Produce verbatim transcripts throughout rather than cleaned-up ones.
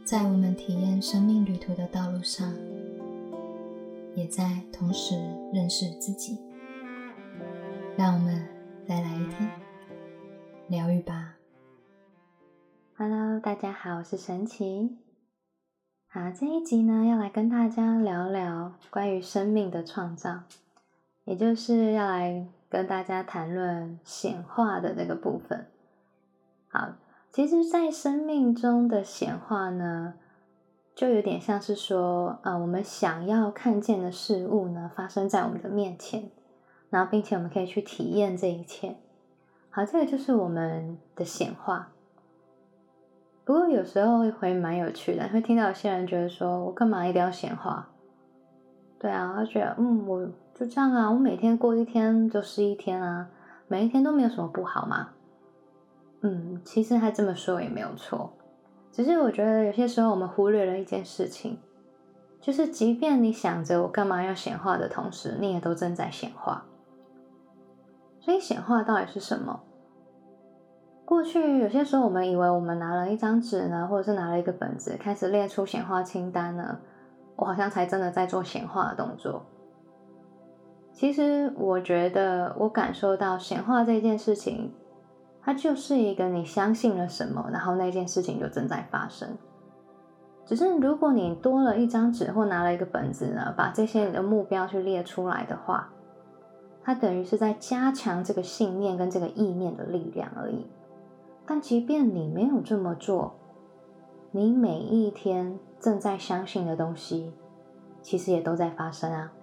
在我们体验生命旅途的道路上，也在同时认识自己。让我们再来一天疗愈吧。 Hello， 大家好，我是神奇。好，这一集呢要来跟大家聊聊关于生命的创造，也就是要来跟大家谈论显化的这个部分。好，其实在生命中的显化呢，就有点像是说呃，我们想要看见的事物呢发生在我们的面前，然后并且我们可以去体验这一切。好，这个就是我们的显化。不过有时候会蛮有趣的，会听到有些人觉得说，我干嘛一定要显化？对啊，他觉得嗯，我就这样啊，我每天过一天就是一天啊，每一天都没有什么不好嘛。嗯，其实他这么说也没有错，只是我觉得有些时候我们忽略了一件事情，就是即便你想着我干嘛要显化的同时，你也都正在显化。所以显化到底是什么？过去有些时候我们以为我们拿了一张纸呢，或者是拿了一个本子，开始列出显化清单呢，我好像才真的在做显化的动作。其实我觉得我感受到显化这件事情，它就是一个你相信了什么，然后那件事情就正在发生。只是如果你多了一张纸或拿了一个本子呢，把这些你的目标去列出来的话，它等于是在加强这个信念跟这个意念的力量而已。但即便你没有这么做，你每一天正在相信的东西，其实也都在发生啊。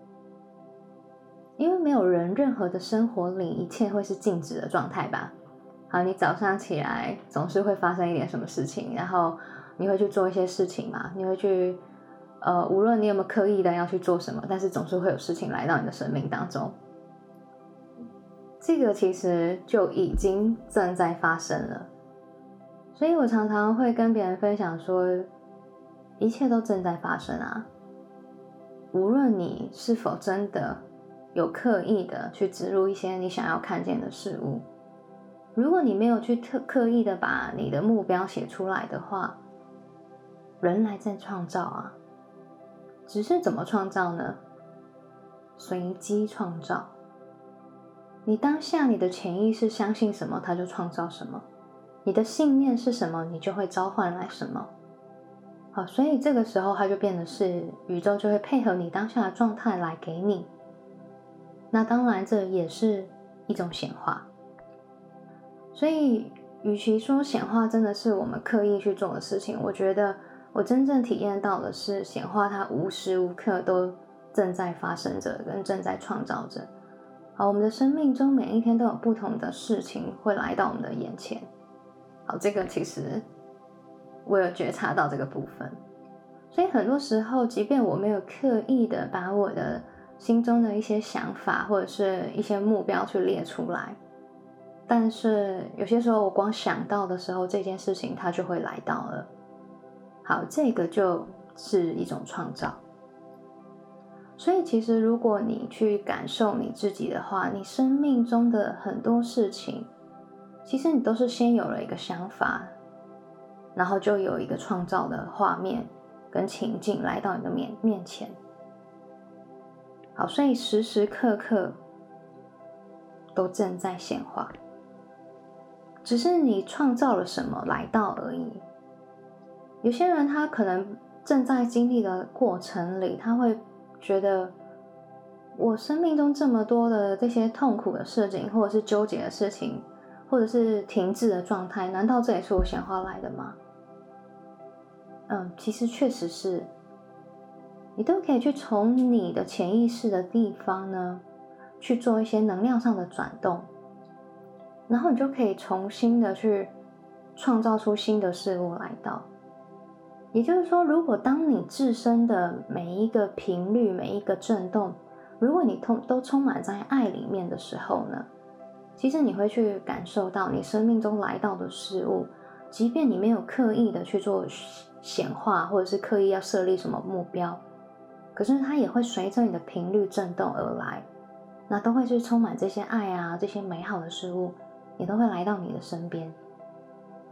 因为没有人任何的生活里一切会是静止的状态吧。好，你早上起来总是会发生一点什么事情，然后你会去做一些事情嘛，你会去呃，无论你有没有刻意的要去做什么，但是总是会有事情来到你的生命当中。这个其实就已经正在发生了。所以我常常会跟别人分享说，一切都正在发生啊。无论你是否真的有刻意的去植入一些你想要看见的事物，如果你没有去特刻意的把你的目标写出来的话，人来在创造啊。只是怎么创造呢？随机创造。你当下你的潜意识相信什么，它就创造什么。你的信念是什么，你就会召唤来什么。好，所以这个时候它就变得是宇宙就会配合你当下的状态来给你。那当然这也是一种显化。所以与其说显化真的是我们刻意去做的事情，我觉得我真正体验到的是显化它无时无刻都正在发生着跟正在创造着。好，我们的生命中每一天都有不同的事情会来到我们的眼前。好，这个其实我有觉察到这个部分。所以很多时候即便我没有刻意的把我的心中的一些想法或者是一些目标去列出来，但是有些时候我光想到的时候，这件事情它就会来到了。好，这个就是一种创造。所以其实如果你去感受你自己的话，你生命中的很多事情，其实你都是先有了一个想法，然后就有一个创造的画面跟情境来到你的面面前。好，所以时时刻刻都正在显化，只是你创造了什么来到而已。有些人他可能正在经历的过程里，他会觉得我生命中这么多的这些痛苦的事情，或者是纠结的事情，或者是停滞的状态，难道这也是我显化来的吗？嗯，其实确实是。你都可以去从你的潜意识的地方呢，去做一些能量上的转动，然后你就可以重新的去创造出新的事物来到。也就是说，如果当你自身的每一个频率、每一个震动，如果你都充满在爱里面的时候呢，其实你会去感受到你生命中来到的事物，即便你没有刻意的去做显化，或者是刻意要设立什么目标，可是它也会随着你的频率震动而来，那都会是充满这些爱啊，这些美好的事物，也都会来到你的身边。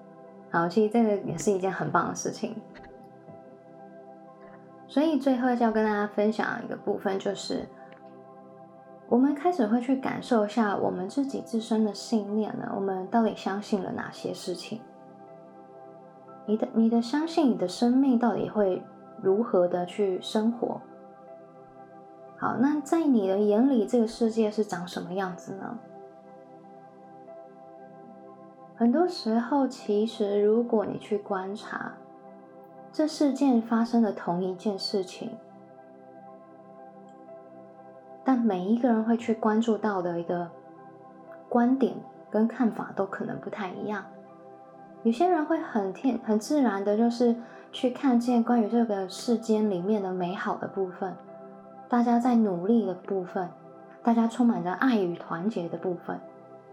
好，其实这个也是一件很棒的事情。所以最后要跟大家分享一个部分，就是我们开始会去感受一下我们自己自身的信念呢，我们到底相信了哪些事情？你的你的相信，你的生命到底会如何的去生活？好，那在你的眼里，这个世界是长什么样子呢？很多时候，其实如果你去观察，这事件发生的同一件事情，但每一个人会去关注到的一个观点跟看法都可能不太一样。有些人会很天很自然的，就是去看见关于这个世间里面的美好的部分，大家在努力的部分，大家充满着爱与团结的部分。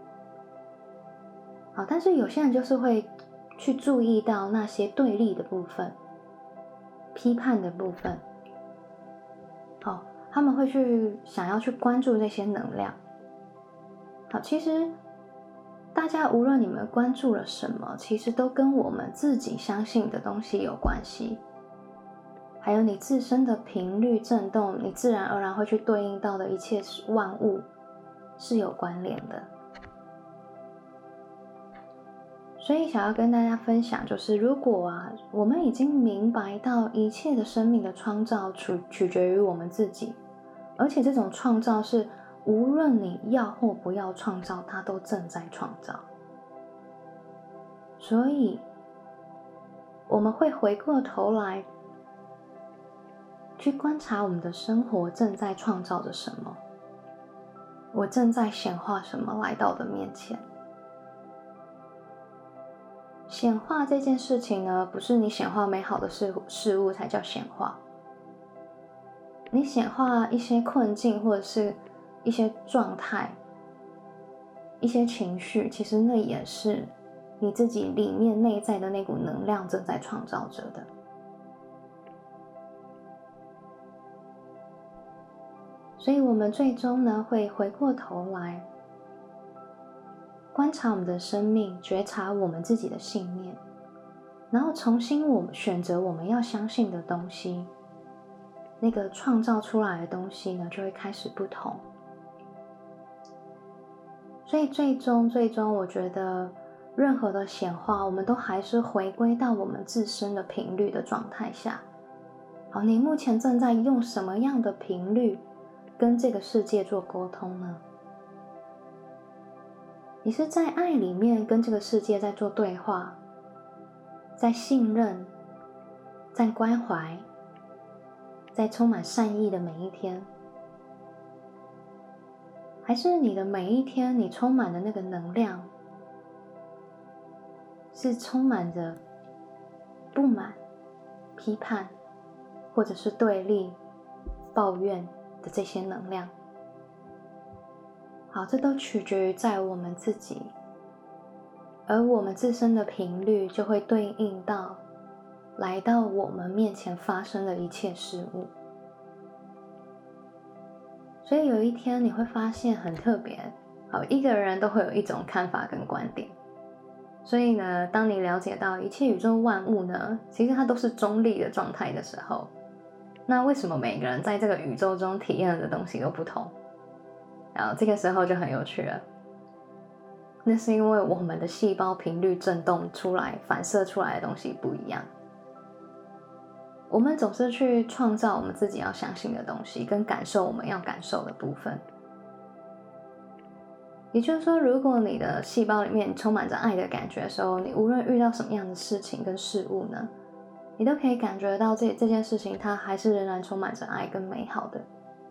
好，但是有些人就是会去注意到那些对立的部分，批判的部分。好，他们会去想要去关注那些能量。好，其实大家无论你们关注了什么，其实都跟我们自己相信的东西有关系，还有你自身的频率震动，你自然而然会去对应到的一切万物是有关联的。所以想要跟大家分享，就是如果啊，我们已经明白到一切的生命的创造取取决于我们自己，而且这种创造是无论你要或不要创造，它都正在创造。所以我们会回过头来去观察我们的生活正在创造着什么，我正在显化什么来到我的面前。显化这件事情呢，不是你显化美好的事事物才叫显化。你显化一些困境或者是一些状态、一些情绪，其实那也是你自己里面内在的那股能量正在创造着的。所以我们最终呢，会回过头来观察我们的生命，觉察我们自己的信念，然后重新我们选择我们要相信的东西，那个创造出来的东西呢，就会开始不同。所以最终最终我觉得任何的显化，我们都还是回归到我们自身的频率的状态下。好，你目前正在用什么样的频率跟这个世界做沟通呢？你是在爱里面跟这个世界在做对话，在信任，在关怀，在充满善意的每一天，还是你的每一天你充满的那个能量是充满着不满、批判或者是对立、抱怨的这些能量？好，这都取决于在我们自己，而我们自身的频率就会对应到来到我们面前发生的一切事物。所以有一天你会发现很特别，好，一个人都会有一种看法跟观点。所以呢，当你了解到一切宇宙万物呢，其实它都是中立的状态的时候，那为什么每个人在这个宇宙中体验的东西都不同？然后这个时候就很有趣了，那是因为我们的细胞频率震动出来反射出来的东西不一样。我们总是去创造我们自己要相信的东西，跟感受我们要感受的部分。也就是说，如果你的细胞里面充满着爱的感觉的时候，你无论遇到什么样的事情跟事物呢，你都可以感觉到这这件事情它还是仍然充满着爱跟美好的。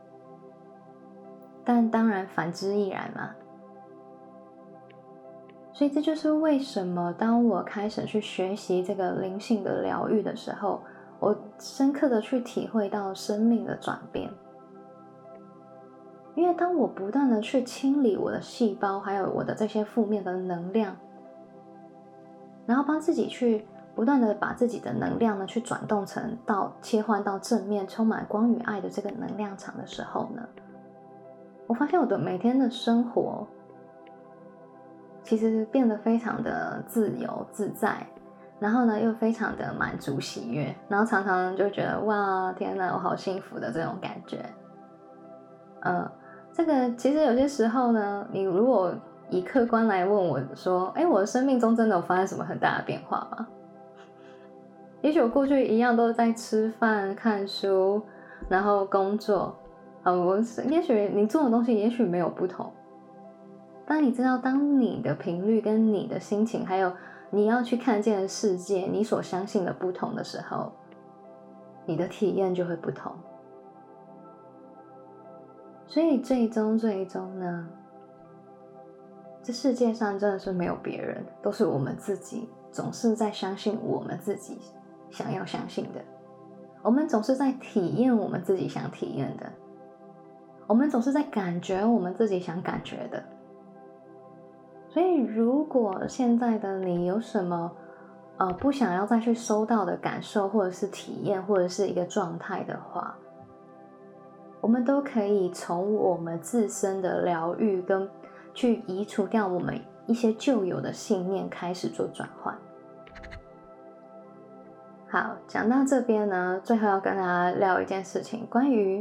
但当然反之亦然嘛。所以这就是为什么当我开始去学习这个灵性的疗愈的时候，我深刻的去体会到生命的转变。因为当我不断的去清理我的细胞还有我的这些负面的能量，然后帮自己去不断的把自己的能量呢去转动成到切换到正面充满光与爱的这个能量场的时候呢，我发现我的每天的生活其实变得非常的自由自在， 然后呢又非常的满足喜悦，然后常常就觉得哇天哪，我好幸福的这种感觉。呃，这个其实有些时候呢，你如果以客观来问我说，哎，我的生命中真的有发生什么很大的变化吗？也许我过去一样都在吃饭、看书，然后工作，呃，我也许你做的东西也许没有不同。当你知道，当你的频率跟你的心情，还有你要去看见的世界，你所相信的不同的时候，你的体验就会不同。所以最终最终呢，这世界上真的是没有别人，都是我们自己，总是在相信我们自己想要相信的，我们总是在体验我们自己想体验的，我们总是在感觉我们自己想感觉的。所以如果现在的你有什么呃不想要再去收到的感受，或者是体验，或者是一个状态的话，我们都可以从我们自身的疗愈跟去移除掉我们一些旧有的信念，开始做转换。好，讲到这边呢，最后要跟大家聊一件事情，关于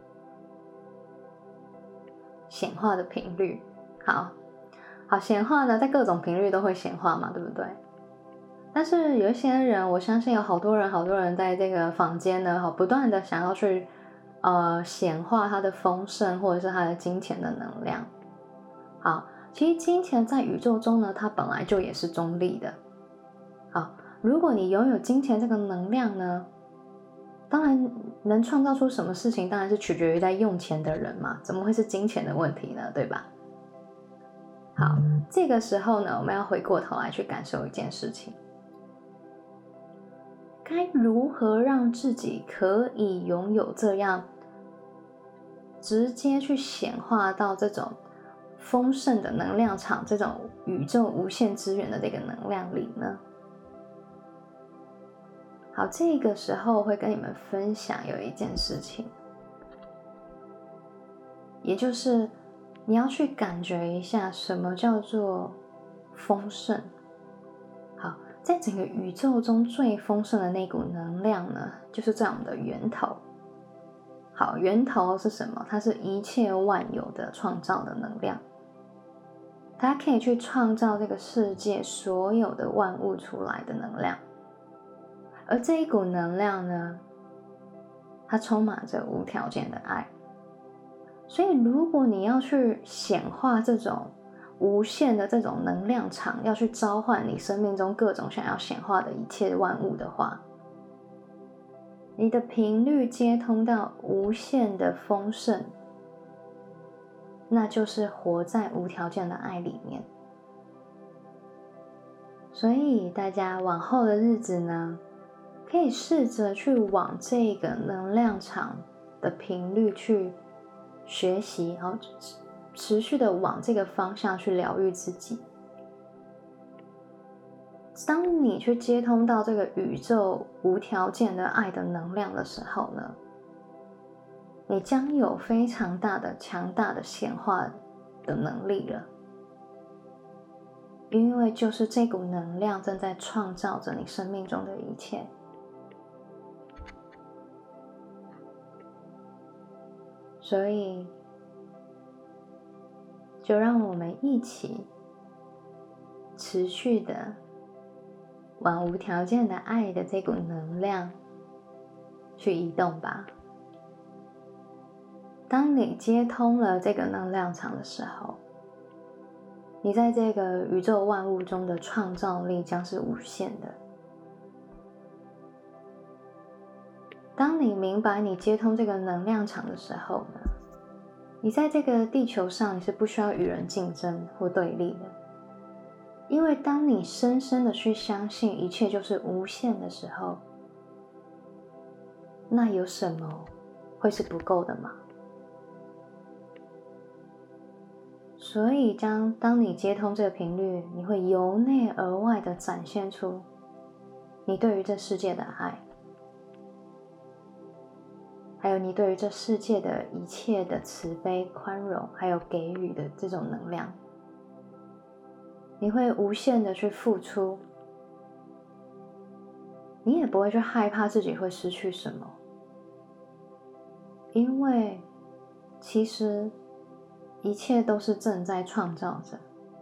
显化的频率。好好，显化呢，在各种频率都会显化嘛，对不对？但是有一些人，我相信有好多人，好多人在这个坊间呢，好不断的想要去呃显化他的丰盛，或者是他的金钱的能量。好，其实金钱在宇宙中呢，它本来就也是中立的。好，如果你拥有金钱这个能量呢，当然能创造出什么事情，当然是取决于在用钱的人嘛，怎么会是金钱的问题呢？对吧？好，这个时候呢，我们要回过头来去感受一件事情，该如何让自己可以拥有这样直接去显化到这种丰盛的能量场，这种宇宙无限资源的这个能量里呢？好，这个时候会跟你们分享有一件事情，也就是你要去感觉一下什么叫做丰盛。好，在整个宇宙中最丰盛的那股能量呢，就是在我们的源头。好，源头是什么？它是一切万有的创造的能量，它可以去创造这个世界所有的万物出来的能量。而这一股能量呢，它充满着无条件的爱。所以如果你要去显化这种无限的这种能量场，要去召唤你生命中各种想要显化的一切万物的话，你的频率接通到无限的丰盛，那就是活在无条件的爱里面。所以大家往后的日子呢，可以试着去往这个能量场的频率去学习，然后持续的往这个方向去疗愈自己。当你去接通到这个宇宙无条件的爱的能量的时候呢，你将有非常大的强大的显化的能力了。因为就是这股能量正在创造着你生命中的一切。所以就让我们一起持续的往无条件的爱的这股能量去移动吧。当你接通了这个能量场的时候，你在这个宇宙万物中的创造力将是无限的。当你明白你接通这个能量场的时候呢，你在这个地球上你是不需要与人竞争或对立的。因为当你深深的去相信一切就是无限的时候，那有什么会是不够的吗？所以当当你接通这个频率，你会由内而外的展现出你对于这世界的爱，还有你对于这世界的一切的慈悲、宽容，还有给予的这种能量。你会无限的去付出， 你也不会去害怕自己会失去什么，因为其实一切都是正在创造着，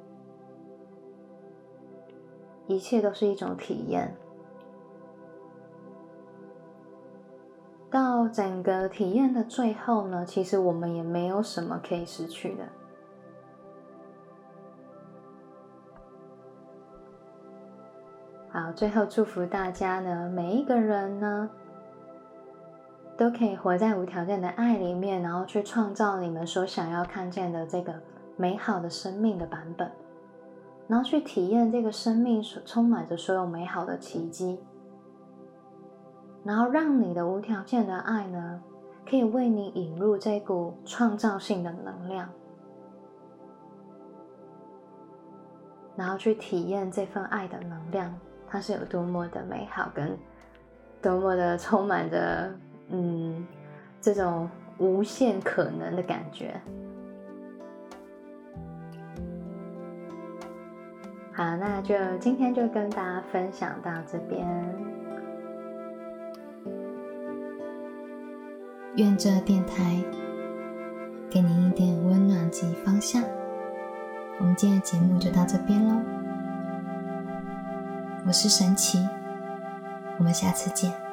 一切都是一种体验。到整个体验的最后呢，其实我们也没有什么可以失去的。好，最后祝福大家呢，每一个人呢，都可以活在无条件的爱里面，然后去创造你们所想要看见的这个美好的生命的版本，然后去体验这个生命所充满着所有美好的奇迹，然后让你的无条件的爱呢，可以为你引入这股创造性的能量，然后去体验这份爱的能量，它是有多么的美好，跟多么的充满着嗯这种无限可能的感觉。好，那就今天就跟大家分享到这边。 愿这电台给您一点温暖及方向。我们今天的节目就到这边咯，我是神奇，我们下次见。